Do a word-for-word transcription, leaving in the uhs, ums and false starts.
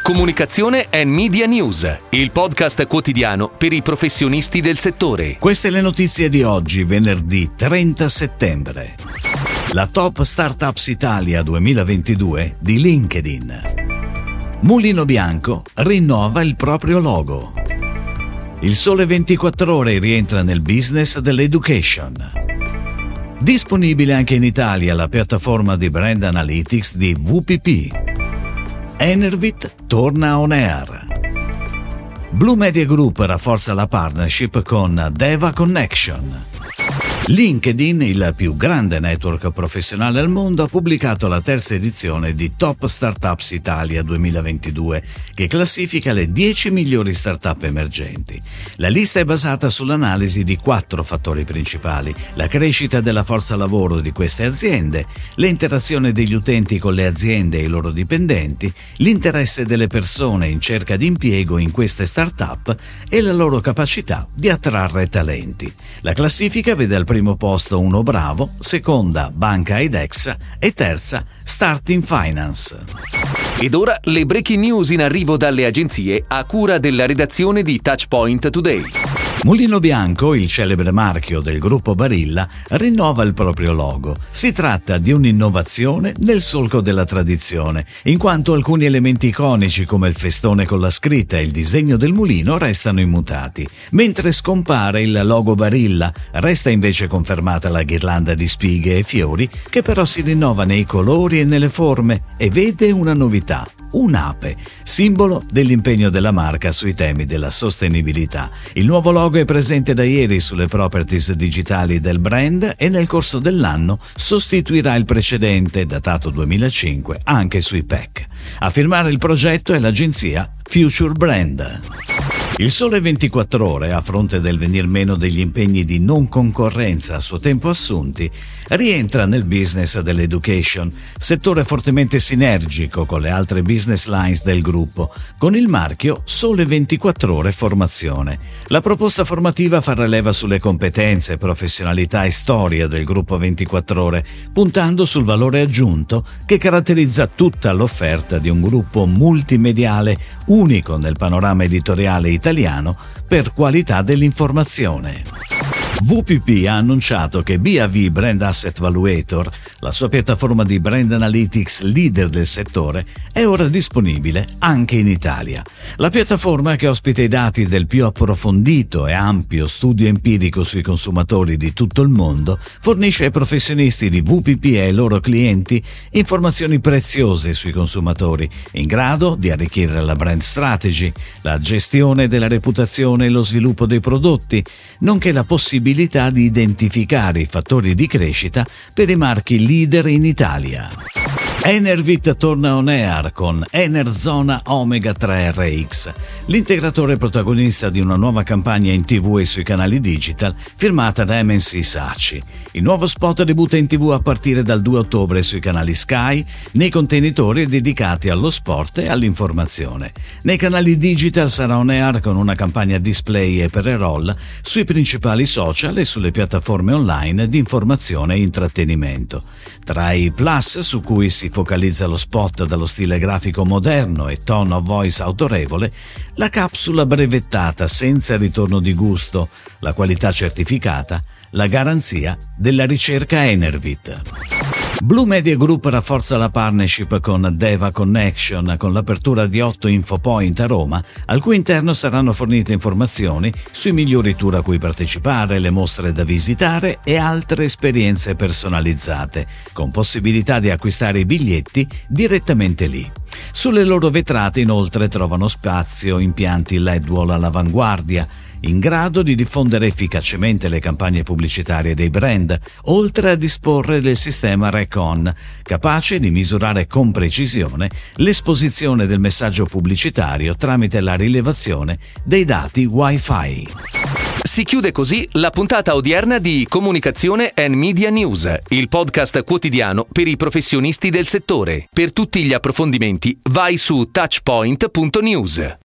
Comunicazione and Media News, il podcast quotidiano per i professionisti del settore. Queste le notizie di oggi, venerdì trenta settembre. La Top Startups Italia duemilaventidue di LinkedIn. Mulino Bianco rinnova il proprio logo. Il Sole ventiquattro Ore rientra nel business dell'education. Disponibile anche in Italia la piattaforma di brand analytics di V P P. Enervit torna on air. Blue Media Group rafforza la partnership con Deva Connection. LinkedIn, il più grande network professionale al mondo, ha pubblicato la terza edizione di Top Startups Italia duemilaventidue, che classifica le dieci migliori startup emergenti. La lista è basata sull'analisi di quattro fattori principali: la crescita della forza lavoro di queste aziende, l'interazione degli utenti con le aziende e i loro dipendenti, l'interesse delle persone in cerca di impiego in queste startup e la loro capacità di attrarre talenti. La classifica vede al primo posto Uno Bravo, seconda Banca Idex e terza Starting Finance. Ed ora le breaking news in arrivo dalle agenzie a cura della redazione di Touchpoint Today. Mulino Bianco, il celebre marchio del gruppo Barilla, rinnova il proprio logo. Si tratta di un'innovazione nel solco della tradizione, in quanto alcuni elementi iconici come il festone con la scritta e il disegno del mulino restano immutati. Mentre scompare il logo Barilla, resta invece confermata la ghirlanda di spighe e fiori, che però si rinnova nei colori e nelle forme e vede una novità: un'ape, simbolo dell'impegno della marca sui temi della sostenibilità. Il nuovo logo è presente da ieri sulle properties digitali del brand e nel corso dell'anno sostituirà il precedente, datato duemilacinque, anche sui P E C. A firmare il progetto è l'agenzia Future Brand. Il Sole ventiquattro Ore, a fronte del venir meno degli impegni di non concorrenza a suo tempo assunti, rientra nel business dell'education, settore fortemente sinergico con le altre business lines del gruppo, con il marchio Sole ventiquattro Ore Formazione. La proposta formativa fa leva sulle competenze, professionalità e storia del gruppo ventiquattro Ore, puntando sul valore aggiunto che caratterizza tutta l'offerta di un gruppo multimediale unico nel panorama editoriale italiano per qualità dell'informazione. V P P ha annunciato che B A V Brand Asset Valuator, la sua piattaforma di brand analytics leader del settore, è ora disponibile anche in Italia. La piattaforma, che ospita i dati del più approfondito e ampio studio empirico sui consumatori di tutto il mondo, fornisce ai professionisti di V P P e ai loro clienti informazioni preziose sui consumatori, in grado di arricchire la brand strategy, la gestione della reputazione e lo sviluppo dei prodotti, nonché la possibilità di identificare i fattori di crescita per i marchi leader in Italia. Enervit torna on air con Enerzona Omega tre R X, l'integratore protagonista di una nuova campagna in tivù e sui canali digital firmata da M N C Saatchi. Il nuovo spot debutta in tivù a partire dal due ottobre sui canali Sky, nei contenitori dedicati allo sport e all'informazione. Nei canali digital sarà on air con una campagna display e pre-roll sui principali social e sulle piattaforme online di informazione e intrattenimento. Tra i plus su cui si focalizza lo spot dallo stile grafico moderno e tone of voice autorevole, la capsula brevettata senza ritorno di gusto, la qualità certificata, la garanzia della ricerca Enervit. Blue Media Group rafforza la partnership con Deva Connection con l'apertura di otto infopoint a Roma, al cui interno saranno fornite informazioni sui migliori tour a cui partecipare, le mostre da visitare e altre esperienze personalizzate, con possibilità di acquistare i biglietti direttamente lì. Sulle loro vetrate inoltre trovano spazio impianti L E D wall all'avanguardia, in grado di diffondere efficacemente le campagne pubblicitarie dei brand, oltre a disporre del sistema Recon, capace di misurare con precisione l'esposizione del messaggio pubblicitario tramite la rilevazione dei dati Wi-Fi. Si chiude così la puntata odierna di Comunicazione and Media News, il podcast quotidiano per i professionisti del settore. Per tutti gli approfondimenti vai su touchpoint punto news.